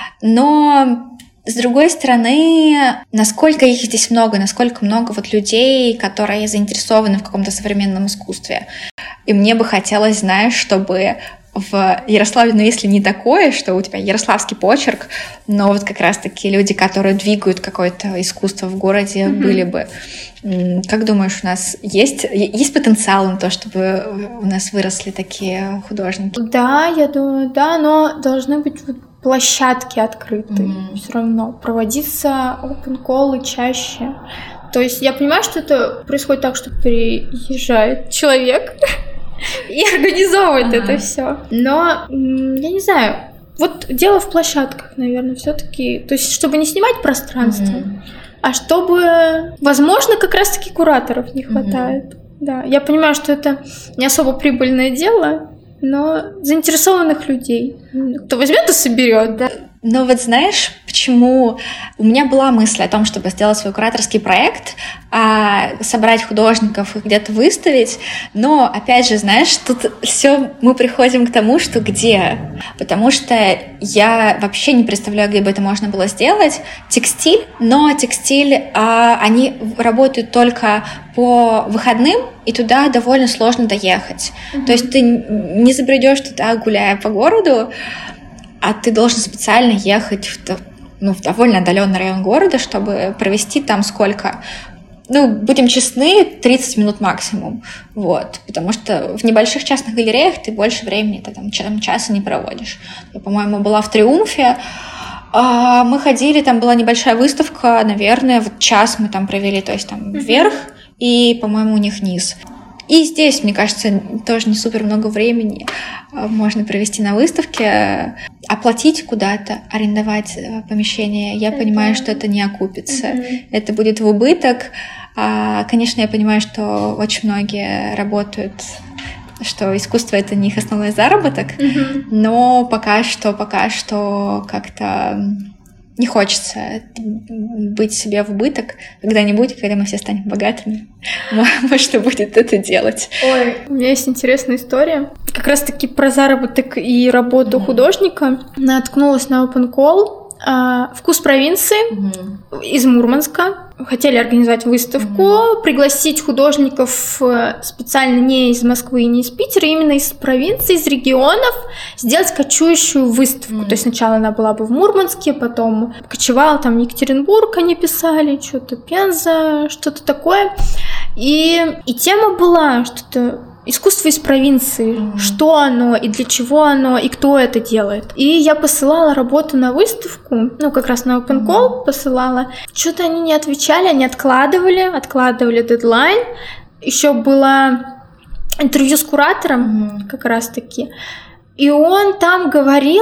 но с другой стороны, насколько их здесь много, насколько много вот людей, которые заинтересованы в каком-то современном искусстве. И мне бы хотелось, знаешь, чтобы в Ярославле, ну если не такое, что у тебя ярославский почерк, но вот как раз-таки люди, которые двигают какое-то искусство в городе, mm-hmm. были бы. Как думаешь, у нас есть, есть потенциал на то, чтобы у нас выросли такие художники? Да, я думаю, да, но должны быть вот площадки открыты, mm-hmm. все равно проводиться open-колы чаще. То есть я понимаю, что это происходит так, что приезжает человек и организовывает uh-huh. это все. Но я не знаю, вот дело в площадках, наверное, все-таки. То есть, чтобы не снимать пространство, uh-huh. а чтобы, возможно, как раз-таки кураторов не хватает. Uh-huh. Да, я понимаю, что это не особо прибыльное дело, но заинтересованных людей. Кто возьмет и соберет. Да. Но вот знаешь, почему у меня была мысль о том, чтобы сделать свой кураторский проект, собрать художников и где-то выставить, но, опять же, знаешь, тут все мы приходим к тому, что где, потому что я вообще не представляю, где бы это можно было сделать. Текстиль, но текстиль, они работают только по выходным, и туда довольно сложно доехать. Mm-hmm. То есть ты не забредешь туда, гуляя по городу, а ты должен специально ехать в, ну, в довольно отдаленный район города, чтобы провести там сколько? Ну, будем честны, тридцать минут максимум. Вот. Потому что в небольших частных галереях ты больше времени, ты там часа не проводишь. Я, по-моему, была в Триумфе. Мы ходили, там была небольшая выставка, наверное, вот час мы там провели, то есть там mm-hmm. вверх, и, по-моему, у них низ. И здесь, мне кажется, тоже не супер много времени можно провести на выставке. Оплатить куда-то, арендовать помещение, я это... понимаю, что это не окупится. Mm-hmm. Это будет в убыток. Конечно, я понимаю, что очень многие работают, что искусство — это не их основной заработок, mm-hmm. но пока что, пока что как-то... Не хочется быть себе в убыток когда-нибудь, когда мы все станем богатыми. Можно будет это делать. Ой, у меня есть интересная история. Как раз-таки про заработок и работу mm-hmm. художника. Наткнулась на open call. «Вкус провинции» mm-hmm. из Мурманска. Хотели организовать выставку, mm-hmm. пригласить художников специально не из Москвы и не из Питера, именно из провинции, из регионов, сделать кочующую выставку. Mm-hmm. То есть сначала она была бы в Мурманске, потом кочевала там в Екатеринбург, они писали, что-то Пенза, что-то такое. И, и тема была что-то искусство из провинции, mm-hmm. что оно и для чего оно, и кто это делает. И я посылала работу на выставку, ну, как раз на open call mm-hmm. посылала. Что-то они не отвечали, они откладывали, откладывали дедлайн. Еще было интервью с куратором, mm-hmm. как раз-таки. И он там говорил,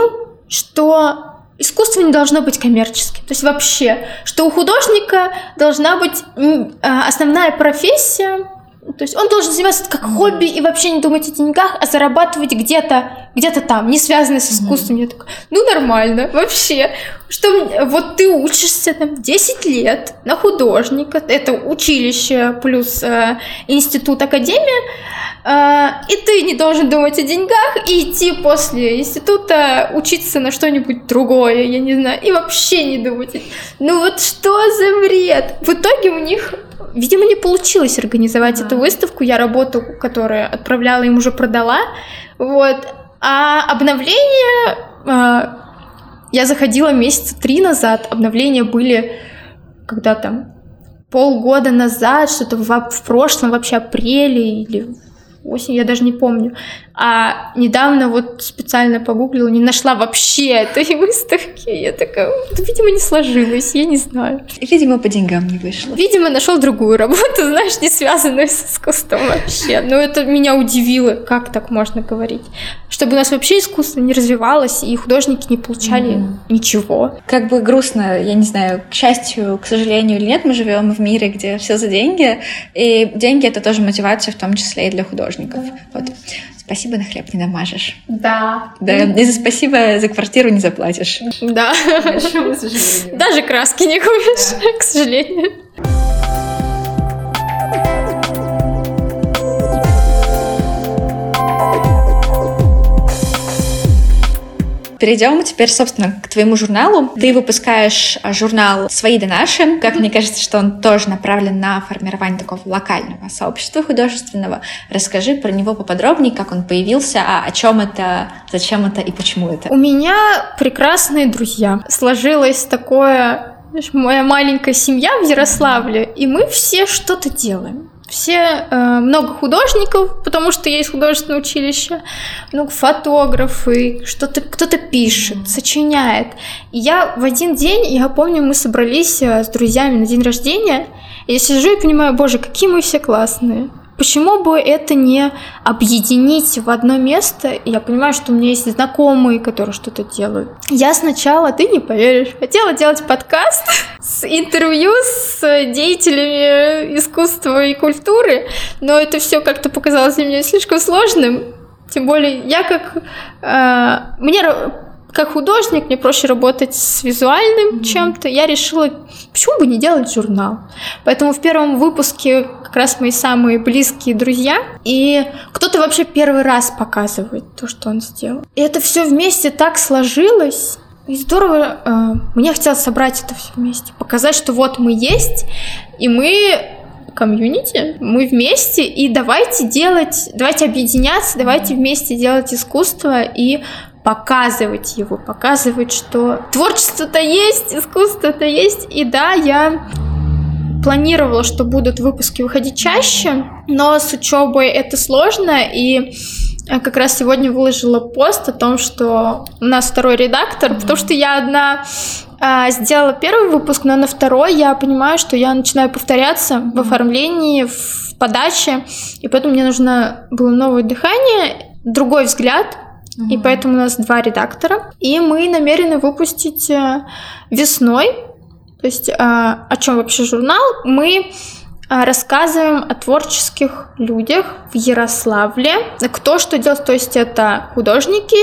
что искусство не должно быть коммерческим. То есть вообще, что у художника должна быть основная профессия. То есть он должен заниматься как mm-hmm. хобби и вообще не думать о деньгах, а зарабатывать где-то, где-то там, не связанное с искусством. Mm-hmm. Я такая, ну нормально, вообще. Что вот ты учишься там десять лет на художника, это училище плюс э, институт, академия, э, и ты не должен думать о деньгах и идти после института учиться на что-нибудь другое, я не знаю, и вообще не думать. Ну вот что за бред? В итоге у них... Видимо, не получилось организовать а. эту выставку. Я работу, которую отправляла, им уже продала. Вот. А обновления... Э, я заходила месяца три назад. Обновления были когда там полгода назад, что-то в, в прошлом, вообще апреле или осенью, я даже не помню. А недавно вот специально погуглила, не нашла вообще этой выставки. Я такая, видимо, не сложилось, я не знаю. Видимо, по деньгам не вышло. Видимо, нашел другую работу, знаешь, не связанную с искусством вообще. Но это меня удивило, как так можно говорить. Чтобы у нас вообще искусство не развивалось, и художники не получали mm. ничего. Как бы грустно, я не знаю, к счастью, к сожалению или нет, мы живем в мире, где все за деньги, и деньги — это тоже мотивация, в том числе и для художников. Вот. Спасибо, на хлеб не намажешь. Да. Да, и за спасибо за квартиру не заплатишь. Да. Даже краски не купишь, да. К сожалению. Перейдем теперь, собственно, к твоему журналу. Ты выпускаешь журнал «Свои да наши». Как мне кажется, что он тоже направлен на формирование такого локального сообщества художественного. Расскажи про него поподробнее, как он появился, а о чем это, зачем это и почему это. У меня прекрасные друзья. Сложилось такое, моя маленькая семья в Ярославле, и мы все что-то делаем. Все, э, много художников, потому что есть художественное училище, ну, фотографы, что-то, кто-то пишет, сочиняет. И я в один день, я помню, мы собрались с друзьями на день рождения, и я сижу и понимаю, боже, какие мы все классные. Почему бы это не объединить в одно место? И я понимаю, что у меня есть знакомые, которые что-то делают. Я сначала, ты не поверишь, хотела делать подкаст с интервью с деятелями искусства и культуры, но это все как-то показалось для меня слишком сложным. Тем более, я как... Э, мне как художник, мне проще работать с визуальным mm-hmm. чем-то. Я решила, почему бы не делать журнал. Поэтому в первом выпуске как раз мои самые близкие друзья, и кто-то вообще первый раз показывает то, что он сделал. И это все вместе так сложилось. И здорово, мне хотелось собрать это все вместе, показать, что вот мы есть, и мы комьюнити, мы вместе, и давайте делать, давайте объединяться, давайте вместе делать искусство и показывать его, показывать, что творчество-то есть, искусство-то есть. И да, я планировала, что будут выпуски выходить чаще, но с учебой это сложно, и как раз сегодня выложила пост о том, что у нас второй редактор, mm-hmm. потому что я одна а, сделала первый выпуск, но на второй я понимаю, что я начинаю повторяться mm-hmm. в оформлении, в подаче, и поэтому мне нужно было новое дыхание, другой взгляд, mm-hmm. и поэтому у нас два редактора, и мы намерены выпустить весной, то есть а, о чем вообще журнал, мы рассказываем о творческих людях в Ярославле. Кто что делает, то есть это художники,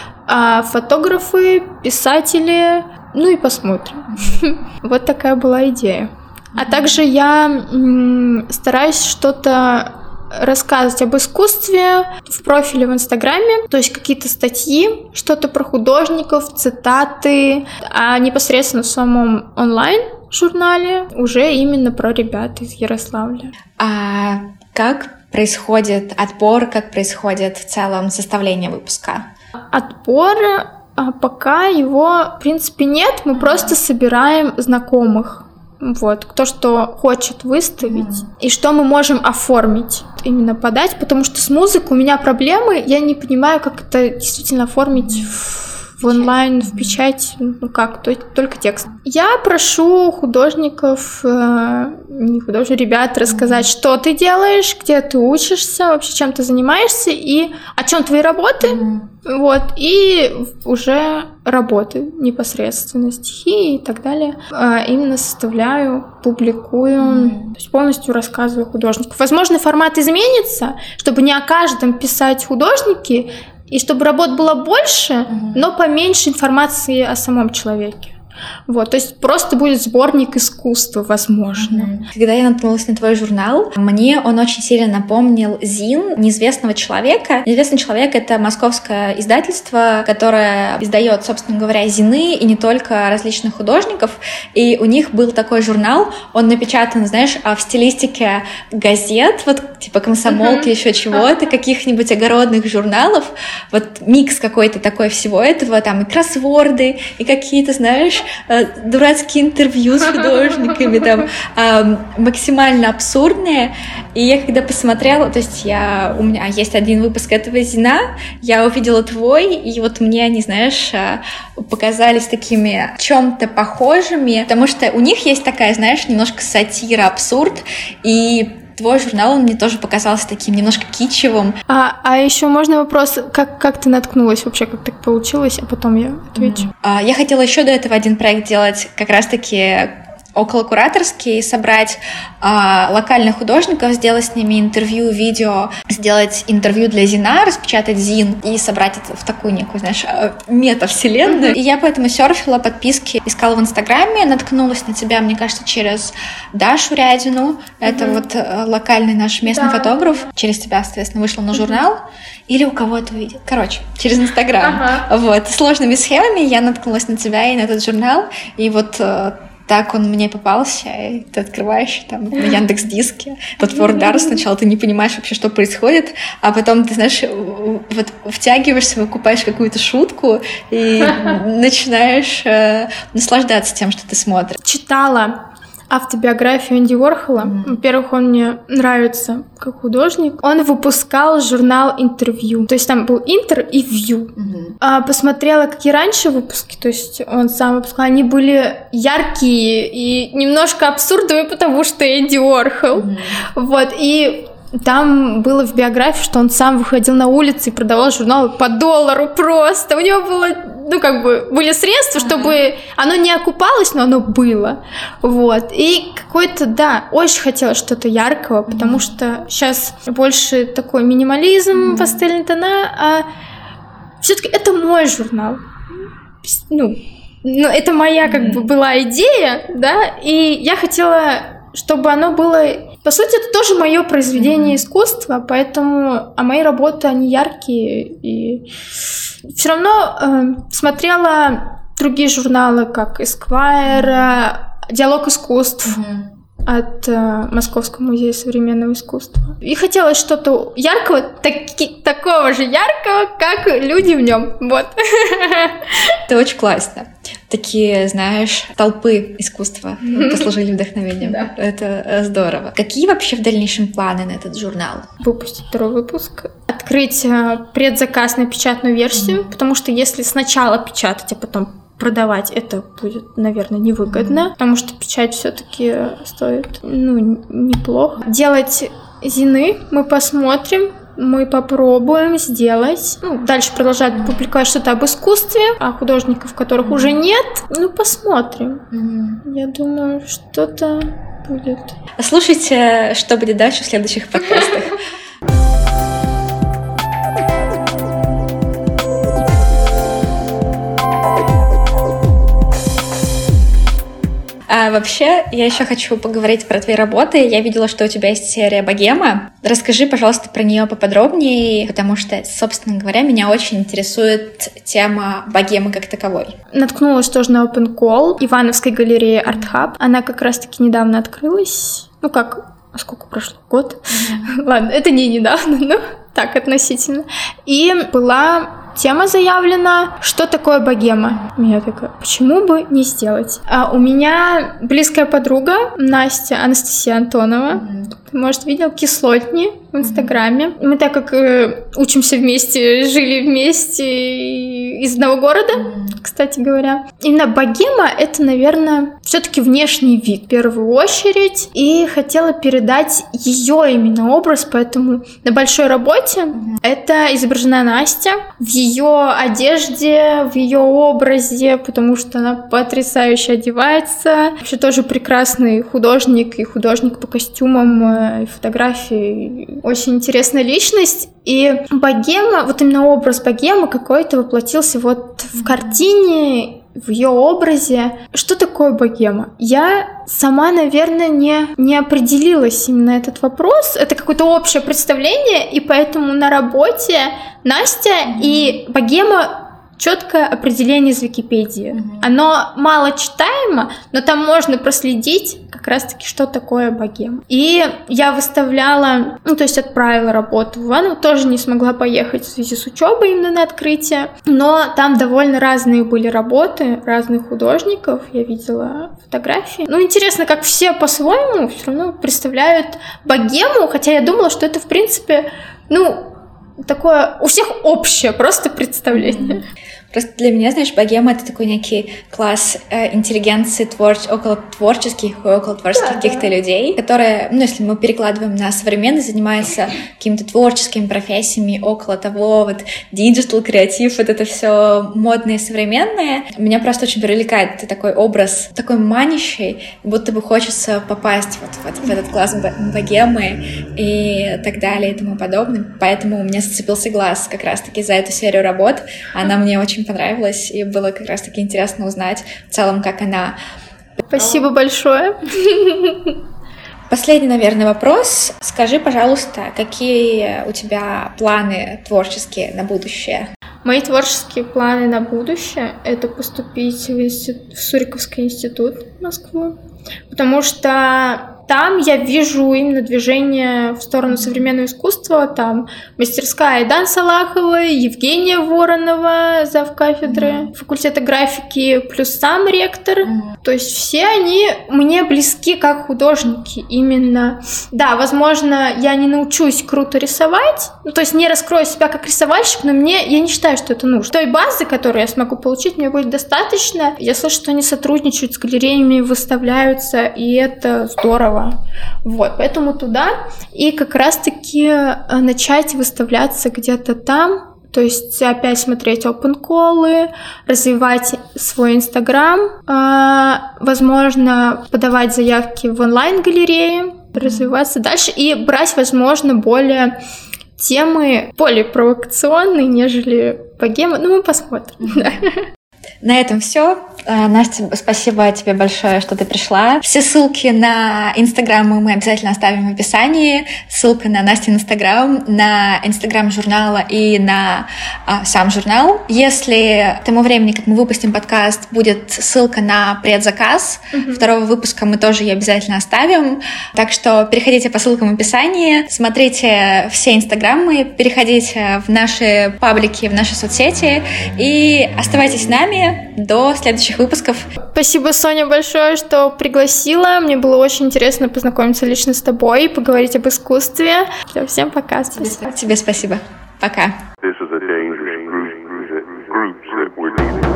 фотографы, писатели, ну и посмотрим. Вот такая была идея. А также я стараюсь что-то рассказывать об искусстве в профиле в Инстаграме, то есть какие-то статьи, что-то про художников, цитаты, а непосредственно в самом онлайн-журнале уже именно про ребят из Ярославля. А как происходит отбор, как происходит в целом составление выпуска? Отбор, а пока его, в принципе, нет, мы просто собираем знакомых. Вот, кто что хочет выставить mm-hmm. и что мы можем оформить, именно подать, потому что с музыкой у меня проблемы, я не понимаю, как это действительно оформить в, в онлайн, в печать, ну как, то, только текст. Я прошу художников, э, не художников, ребят рассказать, mm-hmm. что ты делаешь, где ты учишься, вообще чем ты занимаешься и о чем твои работы. Mm-hmm. Вот, и уже работы непосредственно, стихи и так далее. А, именно составляю, публикую, mm-hmm. то есть полностью рассказываю художнику. Возможно, формат изменится, чтобы не о каждом писать художники, и чтобы работ было больше, mm-hmm. но поменьше информации о самом человеке. Вот, то есть просто будет сборник искусства, возможно. Mm-hmm. Когда я наткнулась на твой журнал, мне он очень сильно напомнил ЗИН неизвестного человека. Неизвестный человек — это московское издательство, которое издает, собственно говоря, зины и не только различных художников. И у них был такой журнал, он напечатан, знаешь, в стилистике газет, вот типа «Комсомолки», mm-hmm. еще чего-то, каких-нибудь огородных журналов. Вот микс какой-то такой всего этого, там и кроссворды, и какие-то, знаешь, дурацкие интервью с художниками, там, э, максимально абсурдные. И я когда посмотрела, то есть я, у меня есть один выпуск этого зина, я увидела твой, и вот мне они, знаешь, показались такими чем-то похожими, потому что у них есть такая, знаешь, немножко сатира, абсурд, и твой журнал, он мне тоже показался таким немножко кичевым. А, а еще можно вопрос, как, как ты наткнулась вообще, как так получилось, а потом я отвечу. Mm-hmm. А, я хотела еще до этого один проект делать, как раз-таки околокураторский, собрать а, локальных художников, сделать с ними интервью, видео, сделать интервью для зина, распечатать зин и собрать это в такую некую, знаешь, метавселенную. Mm-hmm. И я поэтому серфила подписки, искала в Инстаграме, наткнулась на тебя, мне кажется, через Дашу Рядину, mm-hmm. это вот локальный наш местный да. фотограф, через тебя, соответственно, вышла на журнал, mm-hmm. или у кого-то увидел. Короче, через Инстаграм. Uh-huh. Вот, сложными схемами я наткнулась на тебя и на этот журнал, и вот так он мне попался, и ты открываешь там на Яндекс.Диске тот WordArt, сначала ты не понимаешь вообще, что происходит, а потом ты, знаешь, вот втягиваешься, выкупаешь какую-то шутку и начинаешь э, наслаждаться тем, что ты смотришь. Читала автобиографию Энди Уорхола. Mm-hmm. Во-первых, он мне нравится как художник. Он выпускал журнал «Интервью». То есть там был «Интер» и «Вью». Mm-hmm. А, посмотрела, какие раньше выпуски, то есть он сам выпускал. Они были яркие и немножко абсурдные, потому что Энди Уорхол. Mm-hmm. Вот, и там было в биографии, что он сам выходил на улицы и продавал журналы по доллару просто. У него было, ну, как бы, были средства, чтобы оно не окупалось, но оно было. Вот. И какой-то, да, очень хотела что-то яркого, потому что сейчас больше такой минимализм, пастельные тона, а все-таки это мой журнал. ну, ну, это моя как бы была идея, да, и я хотела, чтобы оно было... По сути, это тоже мое произведение mm-hmm. искусства, поэтому... А мои работы, они яркие, и все равно э, смотрела другие журналы, как Esquire, Диалог искусств. Mm-hmm. От э, Московского музея современного искусства. И хотелось что-то яркого, таки, такого же яркого, как люди в нем. Вот. Это очень классно. Такие, знаешь, толпы искусства послужили вдохновением. Да. Это здорово. Какие вообще в дальнейшем планы на этот журнал? Выпустить второй выпуск. Открыть предзаказ на печатную версию, mm-hmm. потому что если сначала печатать, а потом продавать, это будет, наверное, невыгодно, mm-hmm. потому что печать все-таки стоит, ну, неплохо. Делать зины мы посмотрим, мы попробуем сделать. Ну, дальше продолжать публиковать что-то об искусстве, а художников, которых mm-hmm. уже нет, ну, посмотрим. Mm-hmm. Я думаю, что-то будет. Слушайте, что будет дальше в следующих подкастах. А вообще, я еще хочу поговорить про твои работы. Я видела, что у тебя есть серия «Богема». Расскажи, пожалуйста, про нее поподробнее, потому что, собственно говоря, меня очень интересует тема богемы как таковой. Наткнулась тоже на Open Call Ивановской галереи Art Hub. Она как раз-таки недавно открылась. Ну как, а сколько прошло? Год? Mm-hmm. Ладно, это не недавно, но так относительно. И была... Тема заявлена, что такое богема. Я такая, почему бы не сделать? А у меня близкая подруга Настя, Анастасия Антонова. Mm-hmm. Ты, может, видел Кислотни в Инстаграме. Mm-hmm. Мы так как э, учимся вместе, жили вместе из одного города, mm-hmm. кстати говоря. Именно богема — это, наверное, все-таки внешний вид в первую очередь. И хотела передать ее именно образ, поэтому на большой работе mm-hmm. это изображена Настя в ее одежде, в ее образе, потому что она потрясающе одевается. Вообще тоже прекрасный художник и художник по костюмам и фотографии. Очень интересная личность. И богема, вот именно образ богемы какой-то воплотился вот в картине, в ее образе. Что такое богема? Я сама, наверное, не, не определилась именно на этот вопрос. Это какое-то общее представление, и поэтому на работе Настя и богема четкое определение из Википедии. Mm-hmm. Оно мало читаемо, но там можно проследить как раз-таки, что такое богема. И я выставляла, ну, то есть отправила работу в Иваново, тоже не смогла поехать в связи с учебой именно на открытие, но там довольно разные были работы, разных художников, я видела фотографии. Ну, интересно, как все по-своему все равно представляют богему, хотя я думала, что это, в принципе, ну, такое у всех общее просто представление. Просто для меня, знаешь, богема — это такой некий класс э, интеллигенции творч... около творческих и около творческих да, каких-то да. людей, которые, ну, если мы перекладываем на современность, занимаются какими-то творческими профессиями около того, вот, диджитал, креатив, вот это все модное и современное. Меня просто очень привлекает такой образ, такой манящий, будто бы хочется попасть вот, вот в этот класс богемы и так далее и тому подобное. Поэтому у меня зацепился глаз как раз-таки за эту серию работ. Она мне очень понравилось, и было как раз-таки интересно узнать в целом, как она... Спасибо большое. Последний, наверное, вопрос. Скажи, пожалуйста, какие у тебя планы творческие на будущее? Мои творческие планы на будущее — это поступить в, институт, в Суриковский институт в Москву, потому что там я вижу именно движение в сторону современного искусства. Там мастерская Айдан Салаховой, Евгения Воронова, завкафедры mm-hmm. факультета графики, плюс сам ректор. Mm-hmm. То есть все они мне близки как художники. Именно, да, возможно, я не научусь круто рисовать, ну, то есть не раскрою себя как рисовальщик, но мне, я не считаю, что это нужно. Той базы, которую я смогу получить, мне будет достаточно. Я слышу, что они сотрудничают с галереями, выставляются, и это здорово. Вот, поэтому туда и как раз-таки начать выставляться где-то там, то есть опять смотреть open call, развивать свой Инстаграм, возможно, подавать заявки в онлайн-галереи, развиваться дальше и брать, возможно, более темы более провокационные, нежели богема. Ну, мы посмотрим. На этом все. Настя, спасибо тебе большое, что ты пришла. Все ссылки на Инстаграм мы обязательно оставим в описании. Ссылка на Настин Инстаграм, на Инстаграм журнала и на а, сам журнал. Если к тому времени, как мы выпустим подкаст, будет ссылка на предзаказ mm-hmm. второго выпуска, мы тоже ее обязательно оставим. Так что переходите по ссылкам в описании, смотрите все Инстаграмы, переходите в наши паблики, в наши соцсети и оставайтесь с нами до следующих выпусков. Спасибо, Соня, большое, что пригласила. Мне было очень интересно познакомиться лично с тобой, поговорить об искусстве. Все, всем пока. Спасибо. Тебе спасибо. Пока. This is a dangerous group, groups that we're dealing with.